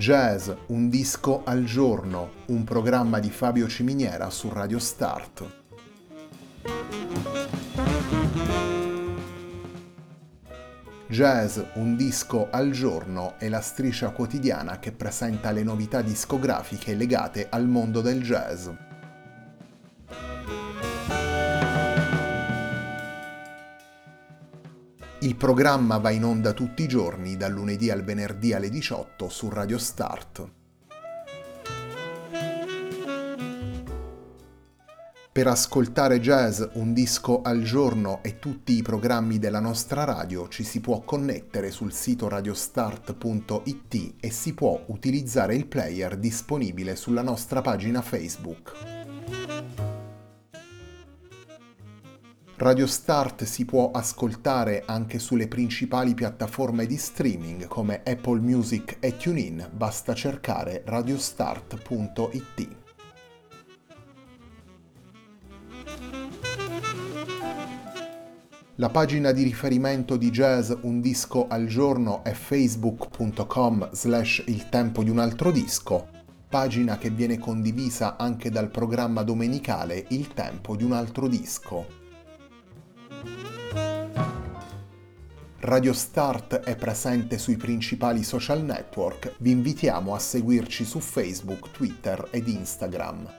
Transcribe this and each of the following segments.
Jazz, un disco al giorno, un programma di Fabio Ciminiera su Radio Start. Jazz, un disco al giorno è la striscia quotidiana che presenta le novità discografiche legate al mondo del jazz. Il programma va in onda tutti i giorni, dal lunedì al venerdì alle 18 su Radio Start. Per ascoltare Jazz, un disco al giorno e tutti i programmi della nostra radio ci si può connettere sul sito radiostart.it e si può utilizzare il player disponibile sulla nostra pagina Facebook. Radio Start si può ascoltare anche sulle principali piattaforme di streaming come Apple Music e TuneIn, basta cercare radiostart.it. La pagina di riferimento di Jazz Un Disco al Giorno è facebook.com/il tempo di un altro disco, pagina che viene condivisa anche dal programma domenicale Il tempo di un altro disco. Radio Start è presente sui principali social network, vi invitiamo a seguirci su Facebook, Twitter ed Instagram.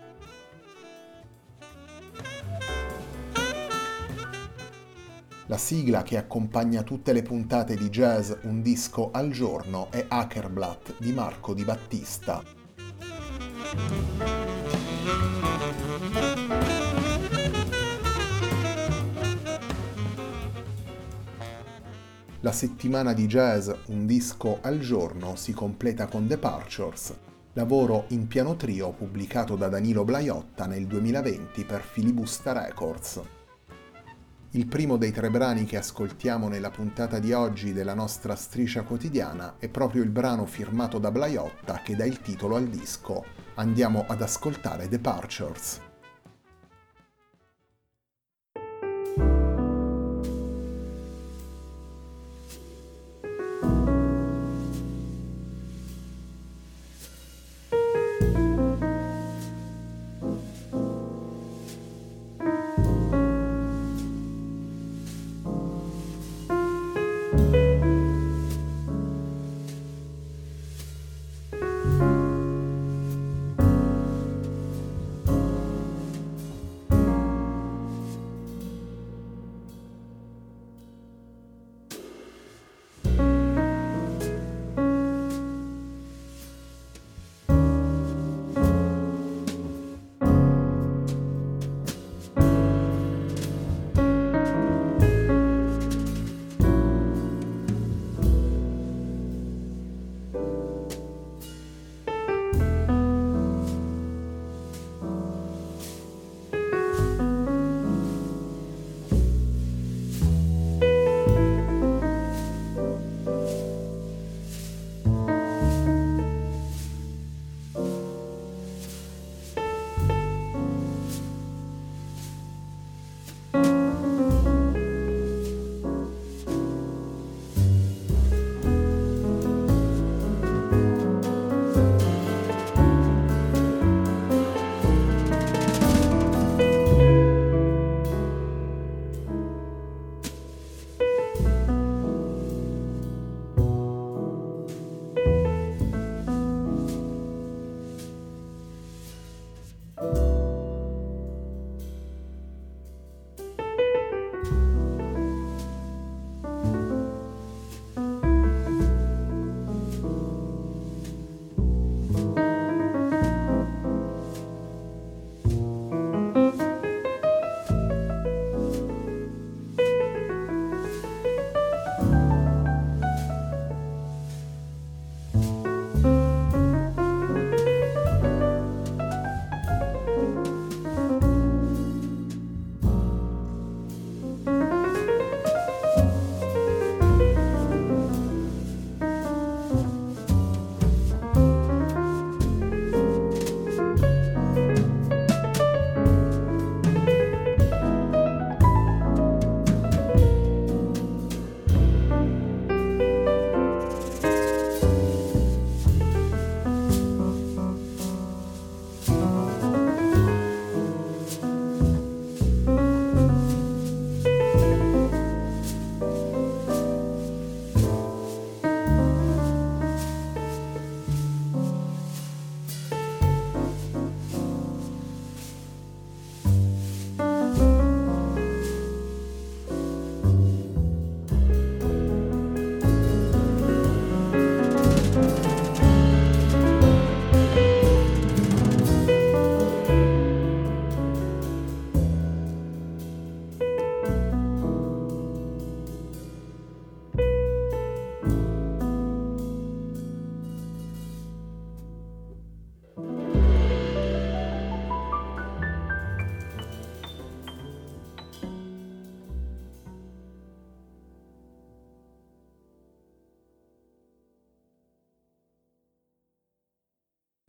La sigla che accompagna tutte le puntate di Jazz Un Disco al Giorno è Hackerblatt di Marco Di Battista. La settimana di Jazz Un Disco al Giorno si completa con Departures, lavoro in piano trio pubblicato da Danilo Blaiotta nel 2020 per Filibusta Records. Il primo dei 3 brani che ascoltiamo nella puntata di oggi della nostra striscia quotidiana è proprio il brano firmato da Blaiotta che dà il titolo al disco. Andiamo ad ascoltare Departures.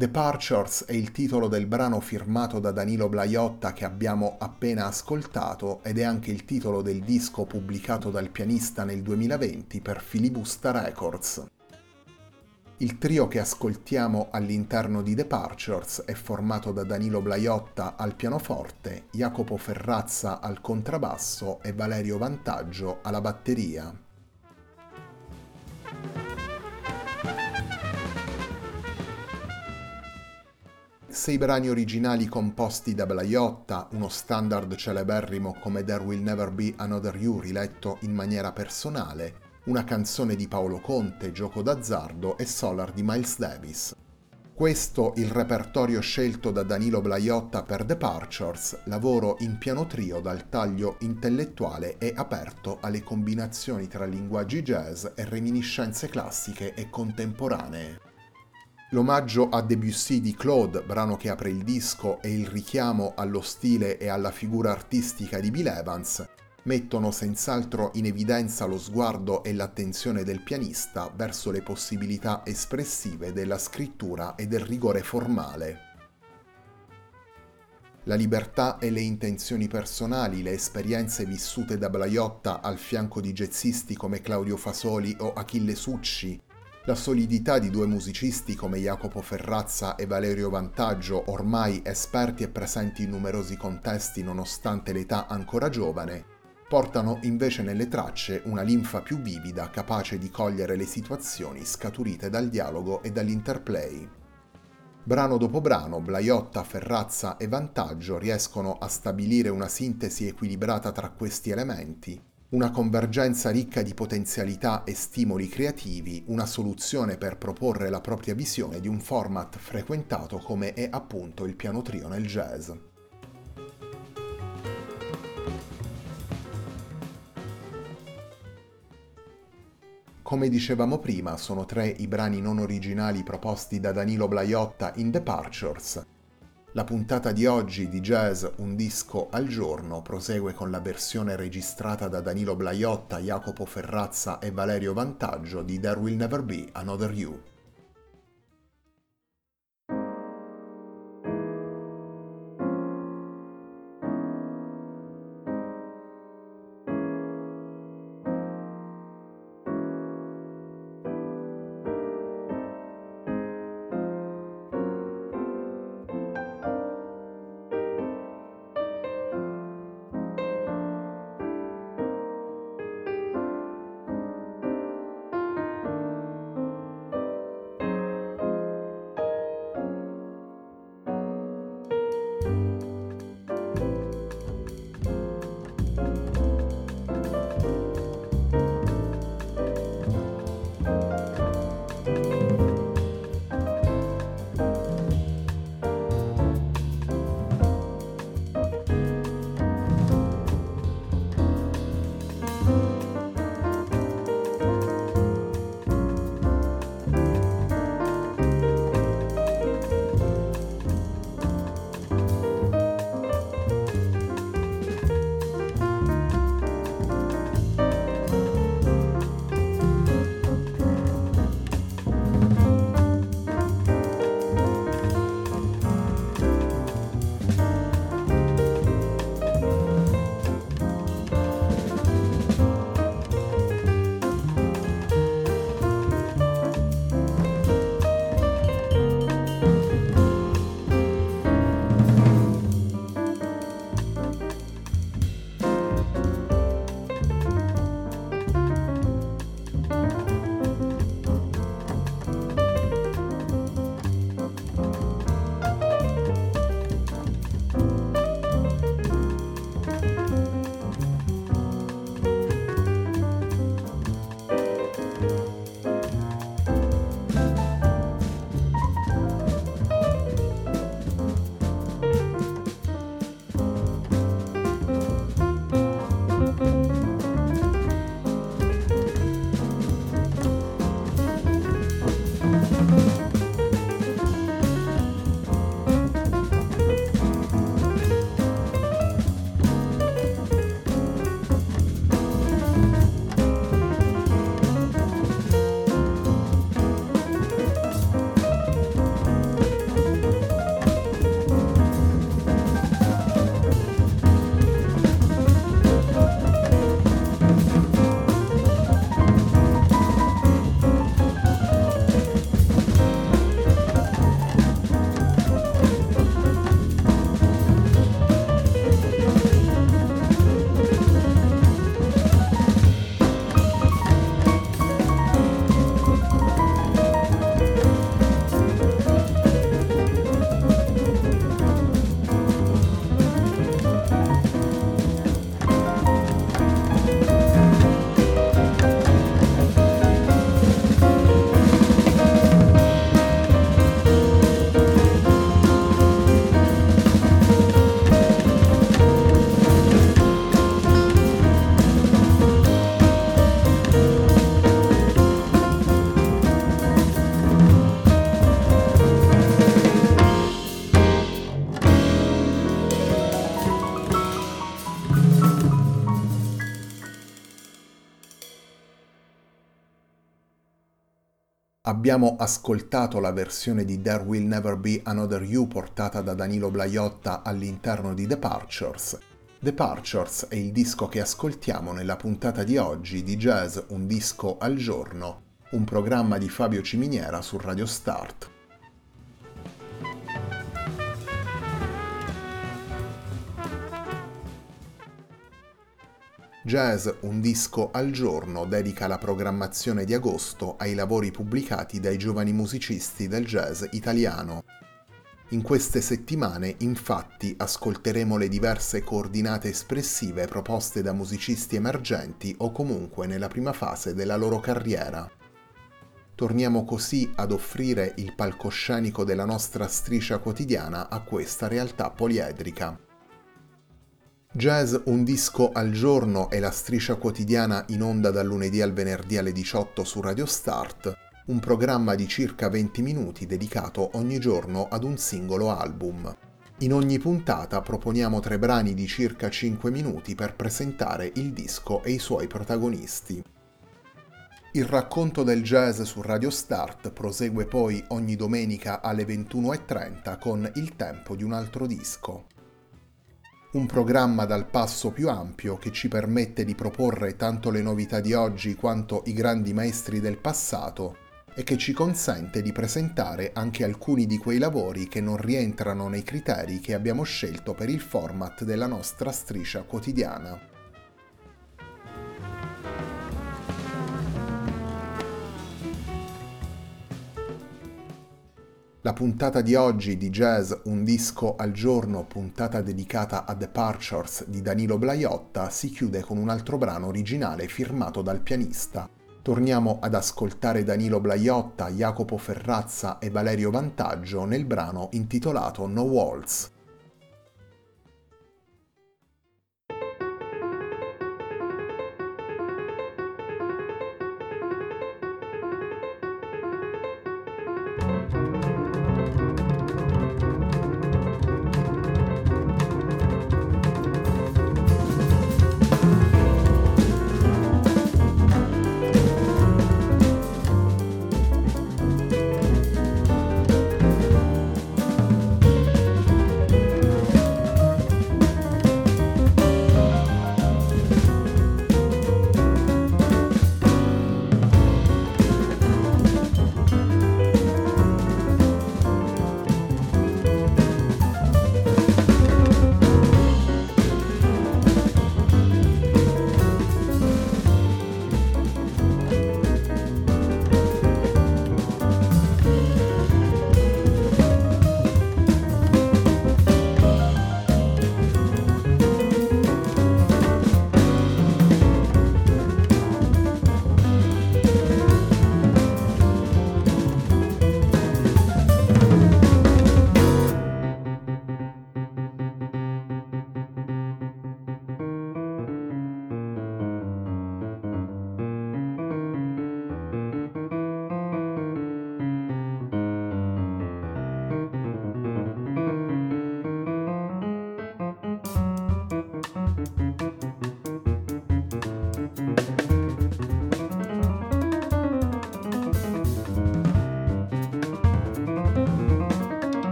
Departures è il titolo del brano firmato da Danilo Blaiotta che abbiamo appena ascoltato ed è anche il titolo del disco pubblicato dal pianista nel 2020 per Filibusta Records. Il trio che ascoltiamo all'interno di Departures è formato da Danilo Blaiotta al pianoforte, Jacopo Ferrazza al contrabbasso e Valerio Vantaggio alla batteria. 6 brani originali composti da Blaiotta, uno standard celeberrimo come There Will Never Be Another You riletto in maniera personale, una canzone di Paolo Conte, Gioco d'azzardo e Solar di Miles Davis. Questo il repertorio scelto da Danilo Blaiotta per Departures, lavoro in piano trio dal taglio intellettuale e aperto alle combinazioni tra linguaggi jazz e reminiscenze classiche e contemporanee. L'omaggio a Debussy di Claude, brano che apre il disco, e il richiamo allo stile e alla figura artistica di Bill Evans mettono senz'altro in evidenza lo sguardo e l'attenzione del pianista verso le possibilità espressive della scrittura e del rigore formale. La libertà e le intenzioni personali, le esperienze vissute da Blaiotta al fianco di jazzisti come Claudio Fasoli o Achille Succi, la solidità di due musicisti come Jacopo Ferrazza e Valerio Vantaggio, ormai esperti e presenti in numerosi contesti nonostante l'età ancora giovane, portano invece nelle tracce una linfa più vivida capace di cogliere le situazioni scaturite dal dialogo e dall'interplay. Brano dopo brano, Blaiotta, Ferrazza e Vantaggio riescono a stabilire una sintesi equilibrata tra questi elementi, una convergenza ricca di potenzialità e stimoli creativi, una soluzione per proporre la propria visione di un format frequentato come è appunto il piano trio nel jazz. Come dicevamo prima, sono 3 i brani non originali proposti da Danilo Blaiotta in Departures. La puntata di oggi di Jazz Un disco al giorno prosegue con la versione registrata da Danilo Blaiotta, Jacopo Ferrazza e Valerio Vantaggio di There Will Never Be Another You. Abbiamo ascoltato la versione di There Will Never Be Another You portata da Danilo Blaiotta all'interno di Departures. Departures è il disco che ascoltiamo nella puntata di oggi di Jazz Un disco al giorno, un programma di Fabio Ciminiera su Radio Start. Jazz Un disco al giorno dedica la programmazione di agosto ai lavori pubblicati dai giovani musicisti del jazz italiano. In queste settimane, infatti, ascolteremo le diverse coordinate espressive proposte da musicisti emergenti o comunque nella prima fase della loro carriera. Torniamo così ad offrire il palcoscenico della nostra striscia quotidiana a questa realtà poliedrica. Jazz Un disco al giorno è la striscia quotidiana in onda dal lunedì al venerdì alle 18 su Radio Start, un programma di circa 20 minuti dedicato ogni giorno ad un singolo album. In ogni puntata proponiamo 3 brani di circa 5 minuti per presentare il disco e i suoi protagonisti. Il racconto del jazz su Radio Start prosegue poi ogni domenica alle 21:30 con Il tempo di un altro disco. Un programma dal passo più ampio che ci permette di proporre tanto le novità di oggi quanto i grandi maestri del passato e che ci consente di presentare anche alcuni di quei lavori che non rientrano nei criteri che abbiamo scelto per il format della nostra striscia quotidiana. La puntata di oggi di Jazz Un disco al giorno, puntata dedicata a Departures di Danilo Blaiotta, si chiude con un altro brano originale firmato dal pianista. Torniamo ad ascoltare Danilo Blaiotta, Jacopo Ferrazza e Valerio Vantaggio nel brano intitolato No Waltz.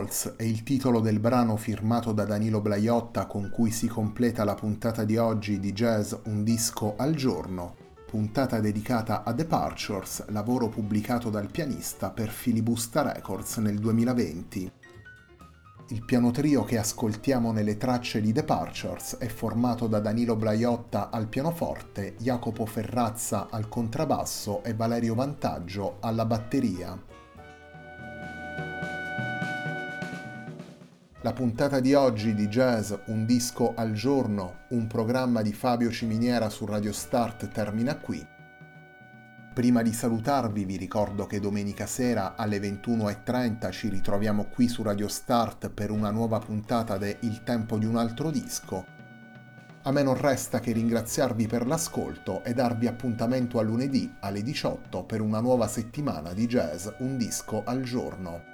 Waltz è il titolo del brano firmato da Danilo Blaiotta con cui si completa la puntata di oggi di Jazz Un disco al giorno, puntata dedicata a Departures, lavoro pubblicato dal pianista per Filibusta Records nel 2020. Il piano trio che ascoltiamo nelle tracce di Departures è formato da Danilo Blaiotta al pianoforte, Jacopo Ferrazza al contrabbasso e Valerio Vantaggio alla batteria. La puntata di oggi di Jazz Un disco al giorno, un programma di Fabio Ciminiera su Radio Start termina qui. Prima di salutarvi vi ricordo che domenica sera alle 21:30 ci ritroviamo qui su Radio Start per una nuova puntata de Il tempo di un altro disco. A me non resta che ringraziarvi per l'ascolto e darvi appuntamento a lunedì alle 18 per una nuova settimana di Jazz Un disco al giorno.